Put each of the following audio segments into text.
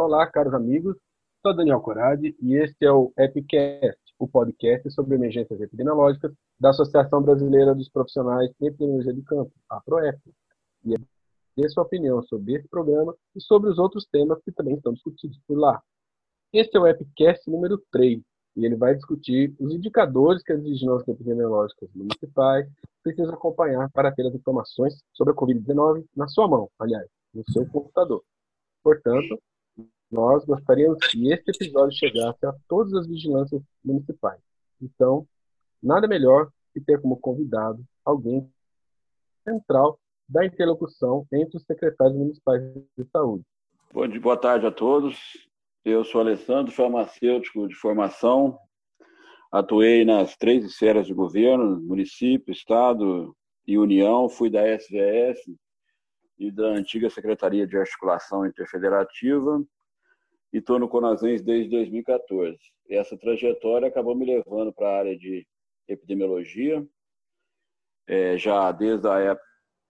Olá, caros amigos. Sou Daniel Corradi e este é o Epicast, o podcast sobre emergências epidemiológicas da Associação Brasileira dos Profissionais em Epidemiologia de Campo, a APROEP. E dê sua opinião sobre esse programa e sobre os outros temas que também estão discutidos por lá. Este é o Epicast número 3 e ele vai discutir os indicadores que as vigilâncias epidemiológicas municipais precisam acompanhar para ter as informações sobre a Covid-19 na sua mão, aliás, no seu computador. Portanto, nós gostaríamos que este episódio chegasse a todas as vigilâncias municipais. Então, nada melhor que ter como convidado alguém central da interlocução entre os secretários municipais de saúde. Boa tarde a todos. Eu sou Alessandro, farmacêutico de formação. Atuei nas 3 esferas de governo, município, estado e União. Fui da SVS e da antiga Secretaria de Articulação Interfederativa e estou no CONASENS desde 2014. Essa trajetória acabou me levando para a área de epidemiologia, já desde a época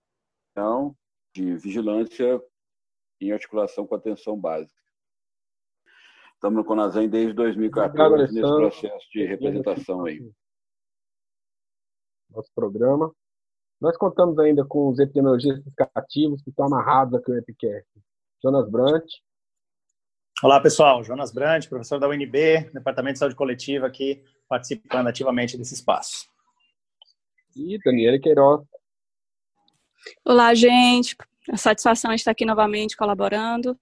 de vigilância em articulação com atenção básica. Estamos no CONASENS desde 2014, Obrigado, nesse processo de representação aí. Nosso programa. Nós contamos ainda com os epidemiologistas cativos que estão amarrados aqui no Epicast. Jonas Brant. Olá, pessoal. Jonas Brant, professor da UNB, Departamento de Saúde Coletiva, aqui participando ativamente desse espaço. E Daniela Queiroz. Olá, gente. A satisfação de estar aqui novamente colaborando.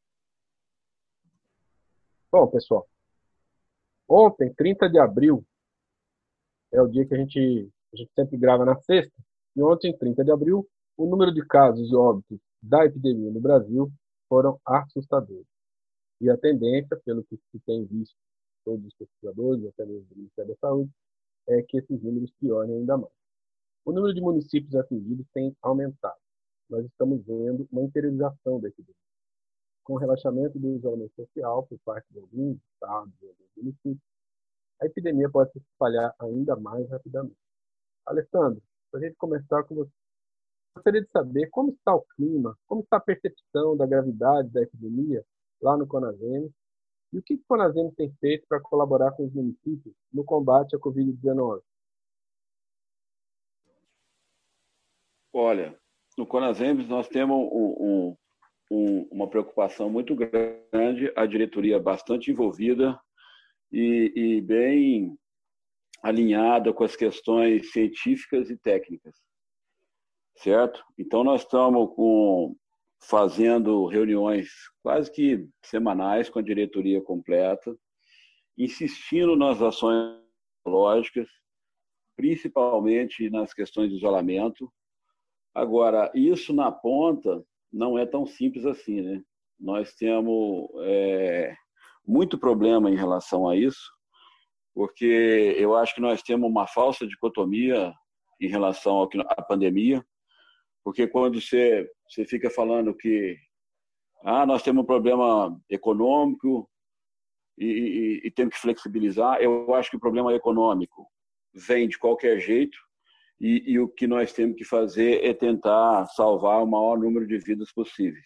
Bom, pessoal, ontem, 30 de abril, é o dia que a gente sempre grava na sexta, e ontem, 30 de abril, o número de casos e óbitos da epidemia no Brasil foram assustadores. E a tendência, pelo que se tem visto todos os pesquisadores, até mesmo do Ministério da Saúde, é que esses números piorem ainda mais. O número de municípios atingidos tem aumentado. Nós estamos vendo uma interiorização da epidemia. Com o relaxamento do isolamento social por parte de alguns estados e alguns municípios, a epidemia pode se espalhar ainda mais rapidamente. Alessandro, para a gente começar com você, gostaria de saber como está o clima, como está a percepção da gravidade da epidemia lá no CONASEMS e o que o CONASEMS tem feito para colaborar com os municípios no combate à Covid-19. Olha, no CONASEMS nós temos uma preocupação muito grande, a diretoria bastante envolvida e bem alinhada com as questões científicas e técnicas, certo? Então nós estamos fazendo reuniões quase que semanais com a diretoria completa, insistindo nas ações lógicas, principalmente nas questões de isolamento. Agora, isso na ponta não é tão simples assim, né? Nós temos muito problema em relação a isso, porque eu acho que nós temos uma falsa dicotomia em relação à pandemia, porque quando você fica falando que nós temos um problema econômico e temos que flexibilizar, eu acho que o problema econômico vem de qualquer jeito e o que nós temos que fazer é tentar salvar o maior número de vidas possíveis.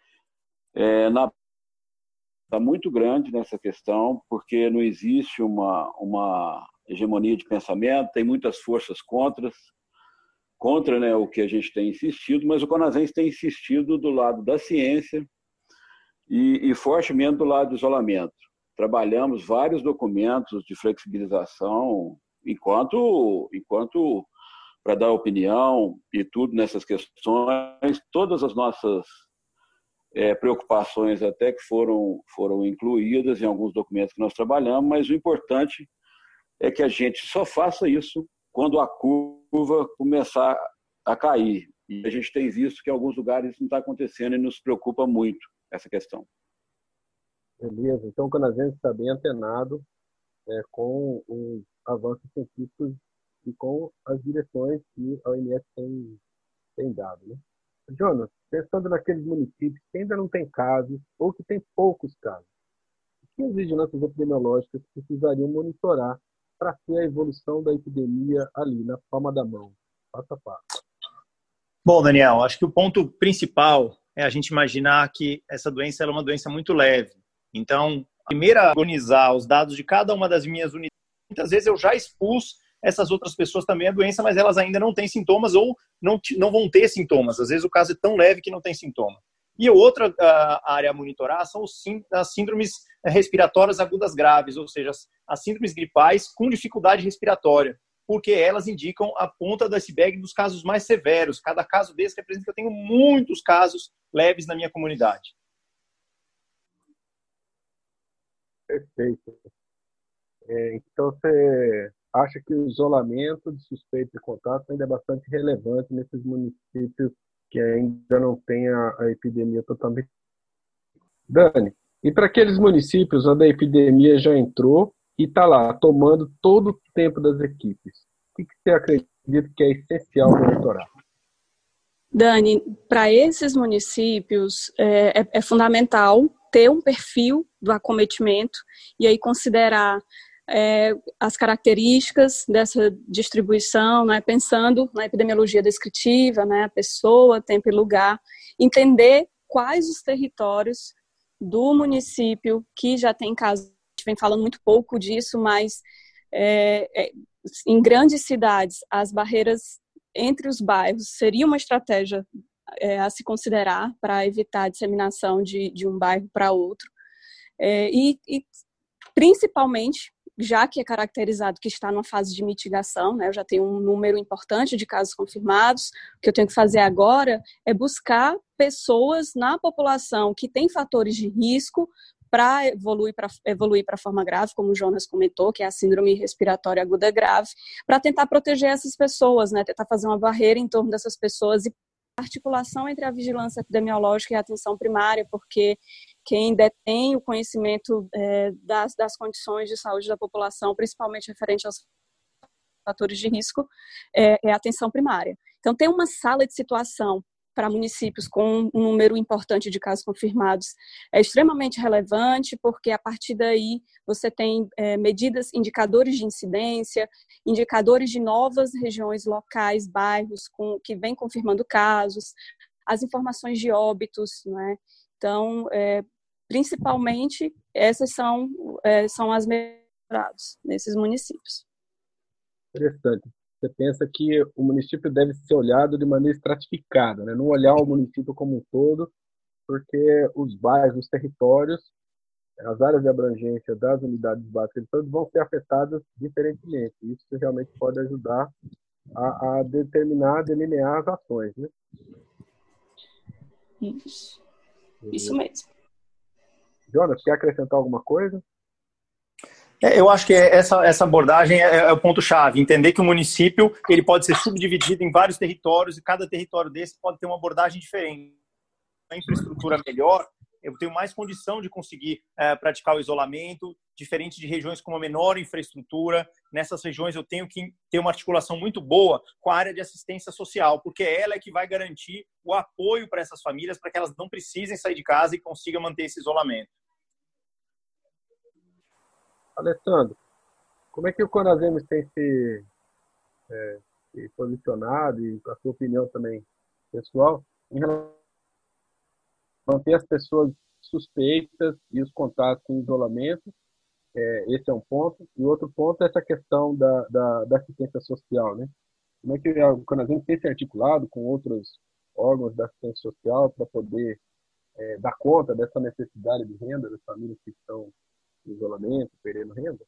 Está muito grande nessa questão, porque não existe uma hegemonia de pensamento, tem muitas forças contra, né, o que a gente tem insistido, mas o CONASEMS tem insistido do lado da ciência e fortemente do lado do isolamento. Trabalhamos vários documentos de flexibilização enquanto para dar opinião e tudo nessas questões, todas as nossas preocupações até que foram incluídas em alguns documentos que nós trabalhamos, mas o importante é que a gente só faça isso quando a curva começar a cair. E a gente tem visto que em alguns lugares isso não está acontecendo e nos preocupa muito essa questão. Beleza, então o CONASEMS está bem antenado com os avanços científicos e com as direções que a OMS tem dado, né? Jonas, pensando naqueles municípios que ainda não tem casos ou que tem poucos casos, o que as vigilâncias epidemiológicas precisariam monitorar para ter a evolução da epidemia ali, na palma da mão, passo a passo? Bom, Daniel, acho que o ponto principal é a gente imaginar que essa doença é uma doença muito leve. Então, primeiro, organizar os dados de cada uma das minhas unidades. Muitas vezes eu já expus essas outras pessoas também a doença, mas elas ainda não têm sintomas ou não vão ter sintomas. Às vezes o caso é tão leve que não tem sintoma. E outra área a monitorar são as síndromes respiratórias agudas graves, ou seja, as síndromes gripais com dificuldade respiratória, porque elas indicam a ponta do iceberg dos casos mais severos. Cada caso desse representa que eu tenho muitos casos leves na minha comunidade. Perfeito. Então, você acha que o isolamento de suspeito de contato ainda é bastante relevante nesses municípios que ainda não têm a epidemia totalmente? Dani, e para aqueles municípios onde a epidemia já entrou e está lá, tomando todo o tempo das equipes, o que você acredita que é essencial monitorar? Dani, para esses municípios é fundamental ter um perfil do acometimento e aí considerar as características dessa distribuição, né, pensando na epidemiologia descritiva, né, a pessoa, tempo e lugar, entender quais os territórios do município que já tem casos. A gente vem falando muito pouco disso, mas em grandes cidades, as barreiras entre os bairros seria uma estratégia a se considerar para evitar a disseminação de um bairro para outro. E principalmente, já que é caracterizado que está numa fase de mitigação, né, eu já tenho um número importante de casos confirmados, o que eu tenho que fazer agora é buscar pessoas na população que têm fatores de risco para evoluir para a forma grave, como o Jonas comentou, que é a síndrome respiratória aguda grave, para tentar proteger essas pessoas, né, tentar fazer uma barreira em torno dessas pessoas e articulação entre a vigilância epidemiológica e a atenção primária, porque quem detém o conhecimento das condições de saúde da população, principalmente referente aos fatores de risco, é a atenção primária. Então, tem uma sala de situação para municípios com um número importante de casos confirmados é extremamente relevante, porque a partir daí você tem medidas, indicadores de incidência, indicadores de novas regiões locais, bairros que vêm confirmando casos, as informações de óbitos, né? Então, principalmente, essas são as melhoradas nesses municípios. Interessante. Você pensa que o município deve ser olhado de maneira estratificada, né? Não olhar o município como um todo, porque os bairros, os territórios, as áreas de abrangência das unidades básicas todos vão ser afetadas diferentemente. Isso realmente pode ajudar a determinar, delinear as ações, né? Isso mesmo. Jonas, quer acrescentar alguma coisa? Eu acho que essa abordagem é o ponto-chave. Entender que o município ele pode ser subdividido em vários territórios e cada território desse pode ter uma abordagem diferente. A infraestrutura melhor, eu tenho mais condição de conseguir praticar o isolamento, diferente de regiões com uma menor infraestrutura. Nessas regiões eu tenho que ter uma articulação muito boa com a área de assistência social, porque ela é que vai garantir o apoio para essas famílias, para que elas não precisem sair de casa e consigam manter esse isolamento. Alessandro, como é que o Conasems tem se posicionado, e a sua opinião também pessoal, em relação a manter as pessoas suspeitas e os contatos em isolamento? Esse é um ponto. E outro ponto é essa questão da assistência social, né? Como é que o Conasems tem se articulado com outros órgãos da assistência social para poder dar conta dessa necessidade de renda das famílias que estão em isolamento, perdendo renda?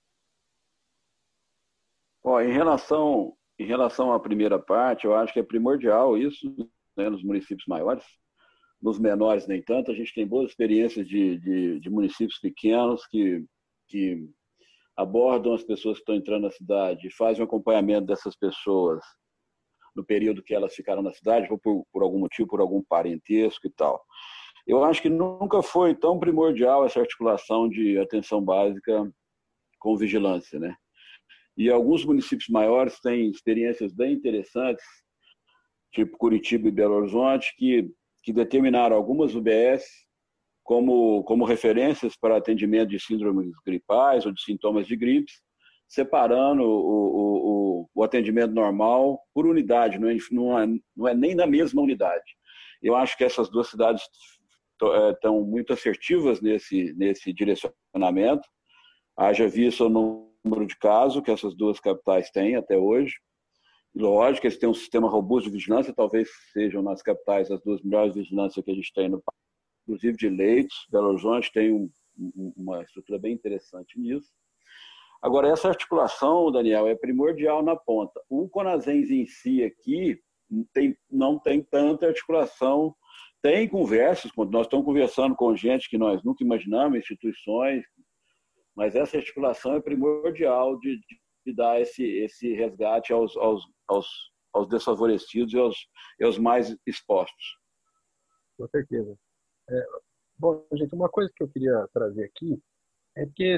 Bom, em relação à primeira parte, eu acho que é primordial isso, né, nos municípios maiores. Nos menores, nem tanto. A gente tem boas experiências de municípios pequenos que abordam as pessoas que estão entrando na cidade, fazem um acompanhamento dessas pessoas no período que elas ficaram na cidade, ou por algum motivo, por algum parentesco e tal. Eu acho que nunca foi tão primordial essa articulação de atenção básica com vigilância, né? E alguns municípios maiores têm experiências bem interessantes, tipo Curitiba e Belo Horizonte, que determinaram algumas UBS como referências para atendimento de síndromes gripais ou de sintomas de gripes, separando o atendimento normal por unidade, não é nem na mesma unidade. Eu acho que essas duas cidades estão muito assertivas nesse direcionamento. Haja visto o número de casos que essas duas capitais têm até hoje. Lógico, eles têm um sistema robusto de vigilância, talvez sejam nas capitais as duas melhores vigilâncias que a gente tem no país, inclusive de leitos. Belo Horizonte tem uma estrutura bem interessante nisso. Agora, essa articulação, Daniel, é primordial na ponta. O Conasens em si aqui não tem tanta articulação. Tem conversas, nós estamos conversando com gente que nós nunca imaginamos, instituições, mas essa articulação é primordial de dar esse resgate aos desfavorecidos e aos mais expostos. Com certeza. Bom, gente, uma coisa que eu queria trazer aqui é que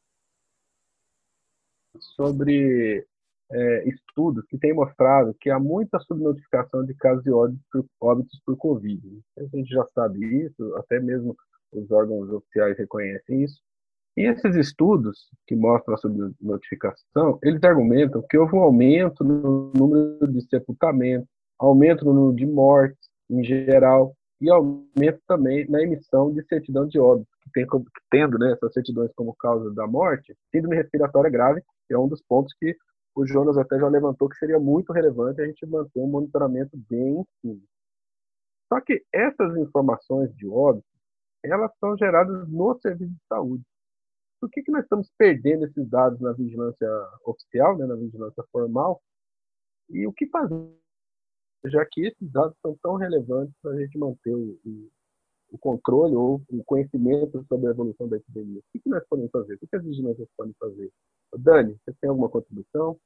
sobre estudos que têm mostrado que há muita subnotificação de casos de óbitos por Covid. A gente já sabe isso, até mesmo os órgãos oficiais reconhecem isso. E esses estudos que mostram a subnotificação, eles argumentam que houve um aumento no número de sepultamentos, aumento no número de mortes em geral e aumento também na emissão de certidão de óbito, tendo, né, essas certidões como causa da morte, síndrome respiratória grave, que é um dos pontos que o Jonas até já levantou que seria muito relevante a gente manter um monitoramento bem em cima. Só que essas informações de óbito, elas são geradas no serviço de saúde. Por que nós estamos perdendo esses dados na vigilância oficial, né, na vigilância formal? E o que fazer, já que esses dados são tão relevantes para a gente manter o controle ou o conhecimento sobre a evolução da epidemia? O que nós podemos fazer? O que as vigilâncias podem fazer? Dani, você tem alguma contribuição?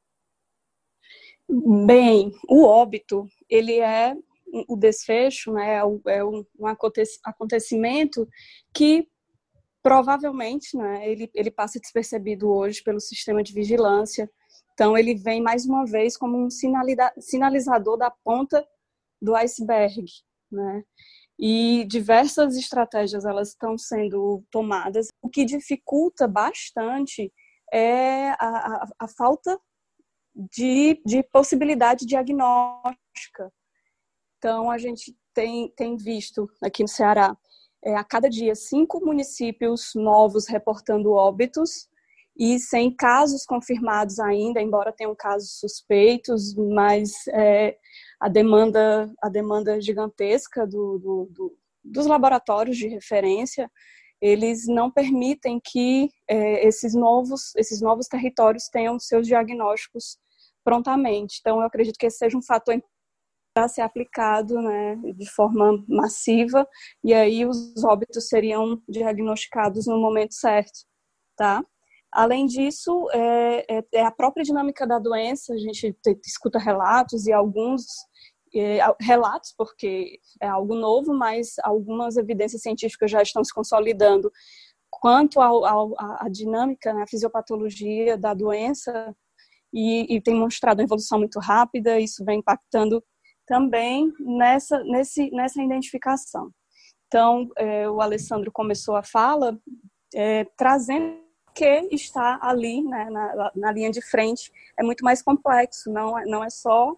Bem, o óbito, ele é o desfecho, né, é um acontecimento que provavelmente, né, ele passa despercebido hoje pelo sistema de vigilância. Então, ele vem mais uma vez como um sinalizador da ponta do iceberg, né? E diversas estratégias elas estão sendo tomadas. O que dificulta bastante é a falta de possibilidade diagnóstica. Então, a gente tem visto aqui no Ceará, a cada dia, 5 municípios novos reportando óbitos e sem casos confirmados ainda, embora tenham casos suspeitos, mas a demanda gigantesca dos laboratórios de referência, eles não permitem que esses novos territórios tenham seus diagnósticos prontamente. Então, eu acredito que esse seja um fator para ser aplicado, né, de forma massiva, e aí os óbitos seriam diagnosticados no momento certo, tá? Além disso, é a própria dinâmica da doença, a gente escuta relatos e alguns relatos, porque é algo novo, mas algumas evidências científicas já estão se consolidando quanto à dinâmica, né, a fisiopatologia da doença, e tem mostrado uma evolução muito rápida, isso vem impactando também nessa identificação. Então, o Alessandro começou a fala trazendo que está ali, né, na linha de frente, é muito mais complexo, não é só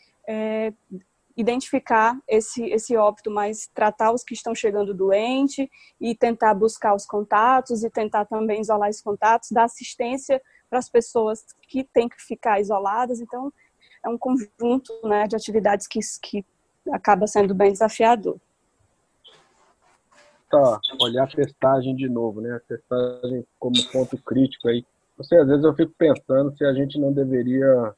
identificar esse óbito, mas tratar os que estão chegando doente e tentar buscar os contatos e tentar também isolar esses contatos, dar assistência para as pessoas que têm que ficar isoladas. Então, é um conjunto, né, de atividades que acaba sendo bem desafiador. Tá, olhar a testagem de novo, né? A testagem como ponto crítico aí. Às vezes eu fico pensando se a gente não deveria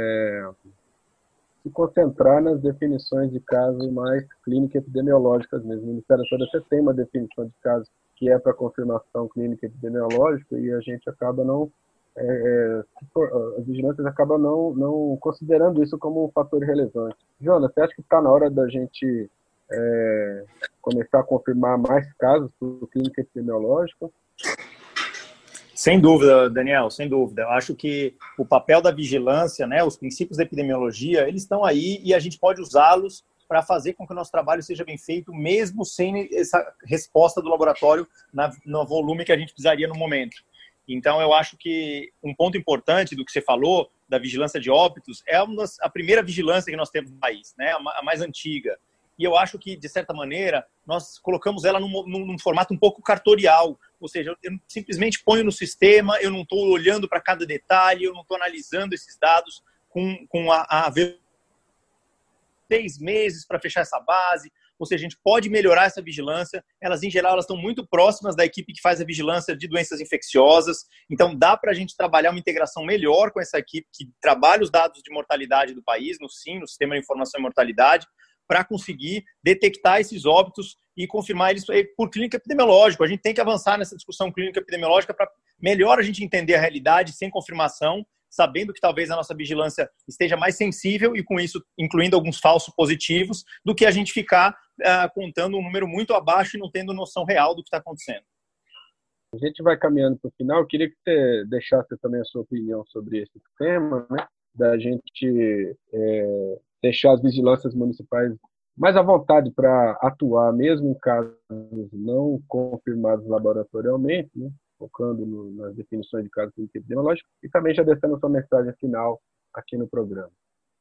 se concentrar nas definições de casos mais clínico-epidemiológicas mesmo. O Ministério da Saúde até tem uma definição de casos que é para confirmação clínica-epidemiológica e a gente acaba não as vigilâncias acabam não considerando isso como um fator relevante. Jonas, você acha que está na hora da gente começar a confirmar mais casos por clínica epidemiológica? Sem dúvida, Daniel, sem dúvida. Eu acho que o papel da vigilância, né, os princípios da epidemiologia, eles estão aí e a gente pode usá-los para fazer com que o nosso trabalho seja bem feito, mesmo sem essa resposta do laboratório no volume que a gente precisaria no momento. Então, eu acho que um ponto importante do que você falou, da vigilância de óbitos, é a primeira vigilância que nós temos no país, né? A mais antiga. e eu acho que, de certa maneira, nós colocamos ela num formato um pouco cartorial, ou seja, eu simplesmente ponho no sistema, eu não estou olhando para cada detalhe, eu não estou analisando esses dados com a 6 meses para fechar essa base. Ou seja, a gente pode melhorar essa vigilância. Elas, em geral, elas estão muito próximas da equipe que faz a vigilância de doenças infecciosas. Então, dá para a gente trabalhar uma integração melhor com essa equipe que trabalha os dados de mortalidade do país, no SIM, no Sistema de Informação e Mortalidade, para conseguir detectar esses óbitos e confirmar eles por clínico epidemiológico. A gente tem que avançar nessa discussão clínica epidemiológica para melhor a gente entender a realidade sem confirmação, sabendo que talvez a nossa vigilância esteja mais sensível e, com isso, incluindo alguns falsos positivos, do que a gente ficar contando um número muito abaixo e não tendo noção real do que está acontecendo. A gente vai caminhando para o final. Eu queria que você deixasse também a sua opinião sobre esse tema, né? Da gente deixar as vigilâncias municipais mais à vontade para atuar, mesmo em casos não confirmados laboratorialmente, né? Focando nas definições de caso clínico epidemiológico, e também já deixando a sua mensagem final aqui no programa.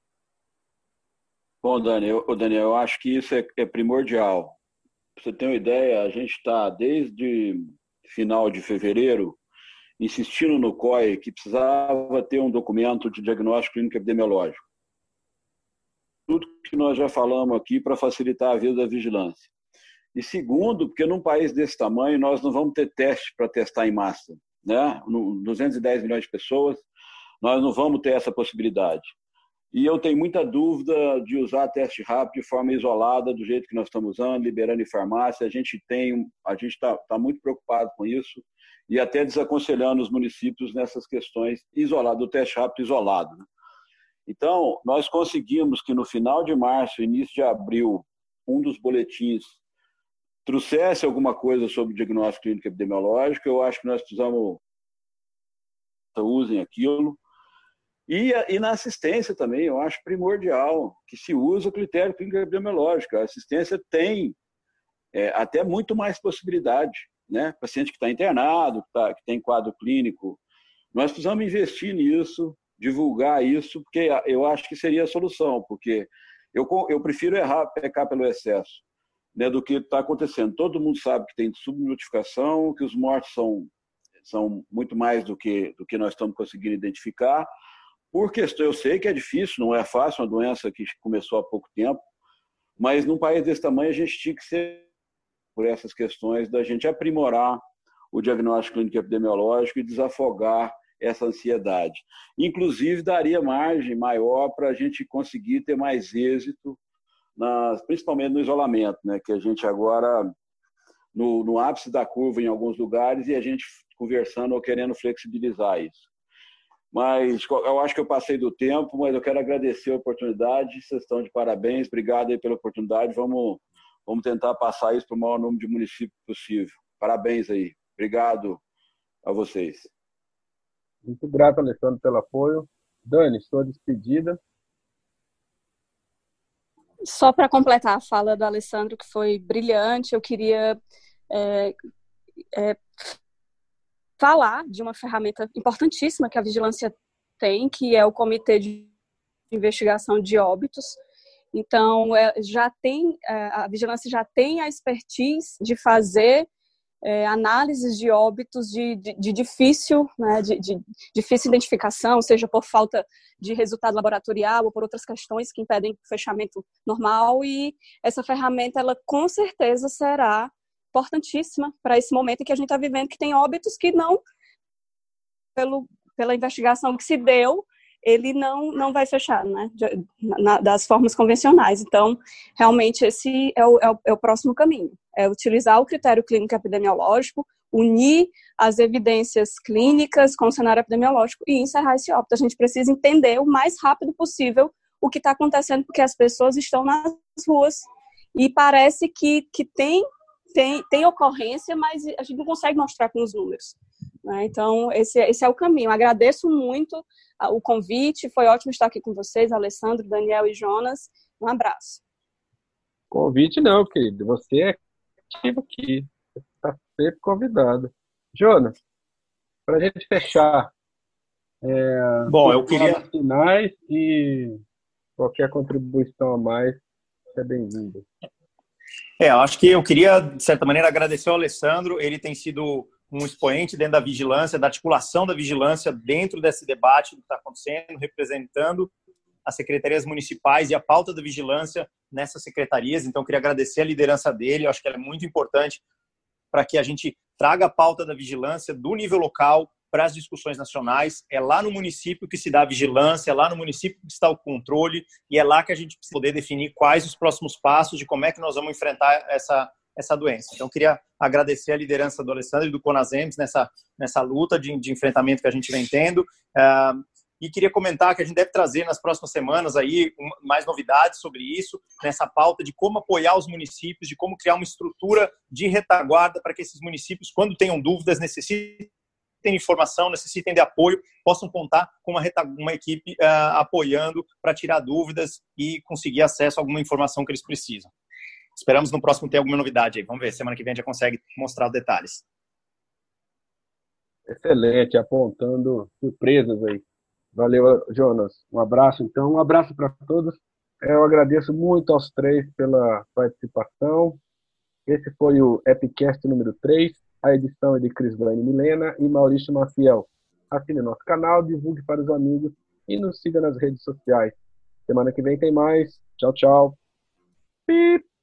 Bom, Daniel, eu acho que isso é primordial. Para você ter uma ideia, a gente está, desde final de fevereiro, insistindo no COI que precisava ter um documento de diagnóstico clínico epidemiológico. Tudo que nós já falamos aqui para facilitar a vida da vigilância. E segundo, porque num país desse tamanho nós não vamos ter teste para testar em massa, né? 210 milhões de pessoas, nós não vamos ter essa possibilidade. E eu tenho muita dúvida de usar teste rápido de forma isolada, do jeito que nós estamos usando, liberando em farmácia. A gente está muito preocupado com isso e até desaconselhando os municípios nessas questões do teste rápido isolado, né? Então, nós conseguimos que no final de março, início de abril, um dos boletins trouxesse alguma coisa sobre diagnóstico clínico epidemiológico. Eu acho que nós precisamos usem aquilo. E na assistência também, eu acho primordial que se use o critério clínico epidemiológico. A assistência tem até muito mais possibilidade, né? Paciente que está internado, que tem quadro clínico. Nós precisamos investir nisso, divulgar isso, porque eu acho que seria a solução, porque eu prefiro pecar pelo excesso, né, do que está acontecendo. Todo mundo sabe que tem subnotificação, que os mortos são muito mais do que nós estamos conseguindo identificar. Por questão, eu sei que é difícil, não é fácil, uma doença que começou há pouco tempo, mas num país desse tamanho a gente tinha que ser por essas questões da gente aprimorar o diagnóstico clínico epidemiológico e desafogar essa ansiedade. Inclusive, daria margem maior para a gente conseguir ter mais êxito, principalmente no isolamento, né? Que a gente agora, no ápice da curva em alguns lugares, e a gente conversando ou querendo flexibilizar isso. Mas eu acho que eu passei do tempo, mas eu quero agradecer a oportunidade. Vocês estão de parabéns, obrigado aí pela oportunidade. Vamos tentar passar isso para o maior número de municípios possível. Parabéns aí. Obrigado a vocês. Muito grato, Alessandro, pelo apoio. Dani, sua despedida. Só para completar a fala do Alessandro, que foi brilhante, eu queria falar de uma ferramenta importantíssima que a vigilância tem, que é o Comitê de Investigação de Óbitos. Então, a vigilância já tem a expertise de fazer análises de óbitos de difícil, né, de difícil identificação, seja por falta de resultado laboratorial ou por outras questões que impedem o fechamento normal, e essa ferramenta, ela com certeza será importantíssima para esse momento em que a gente está vivendo, que tem óbitos que não, pela investigação que se deu, ele não vai fechar, né, das formas convencionais. Então, realmente, esse é o próximo caminho. É utilizar o critério clínico epidemiológico, unir as evidências clínicas com o cenário epidemiológico e encerrar esse óbito. A gente precisa entender o mais rápido possível o que está acontecendo, porque as pessoas estão nas ruas e parece que tem ocorrência, mas a gente não consegue mostrar com os números, né? Então, esse é o caminho. Agradeço muito o convite, foi ótimo estar aqui com vocês, Alessandro, Daniel e Jonas. Um abraço. Convite não, querido. Você é ativo aqui. Você está sempre convidado. Jonas, para a gente fechar, Bom, eu queria finais e qualquer contribuição a mais é bem-vinda. Eu acho que eu queria, de certa maneira, agradecer ao Alessandro. Ele tem sido um expoente dentro da vigilância, da articulação da vigilância dentro desse debate que está acontecendo, representando as secretarias municipais e a pauta da vigilância nessas secretarias. Então, eu queria agradecer a liderança dele. Eu acho que ela é muito importante para que a gente traga a pauta da vigilância do nível local para as discussões nacionais. É lá no município que se dá a vigilância, é lá no município que está o controle, e é lá que a gente precisa poder definir quais os próximos passos de como é que nós vamos enfrentar essa doença. Então, eu queria agradecer a liderança do Alessandro e do Conasems nessa luta de enfrentamento que a gente vem tendo. E queria comentar que a gente deve trazer nas próximas semanas aí mais novidades sobre isso, nessa pauta de como apoiar os municípios, de como criar uma estrutura de retaguarda para que esses municípios, quando tenham dúvidas, necessitem de informação, necessitem de apoio, possam contar com uma equipe apoiando para tirar dúvidas e conseguir acesso a alguma informação que eles precisam. Esperamos no próximo ter alguma novidade aí. Vamos ver, semana que vem a gente já consegue mostrar os detalhes. Excelente, apontando surpresas aí. Valeu, Jonas. Um abraço, então. Um abraço para todos. Eu agradeço muito aos três pela participação. Esse foi o Epicast número 3. A edição é de Crislane Milena e Maurício Maciel. Assine nosso canal, divulgue para os amigos e nos siga nas redes sociais. Semana que vem tem mais. Tchau, tchau. Pip.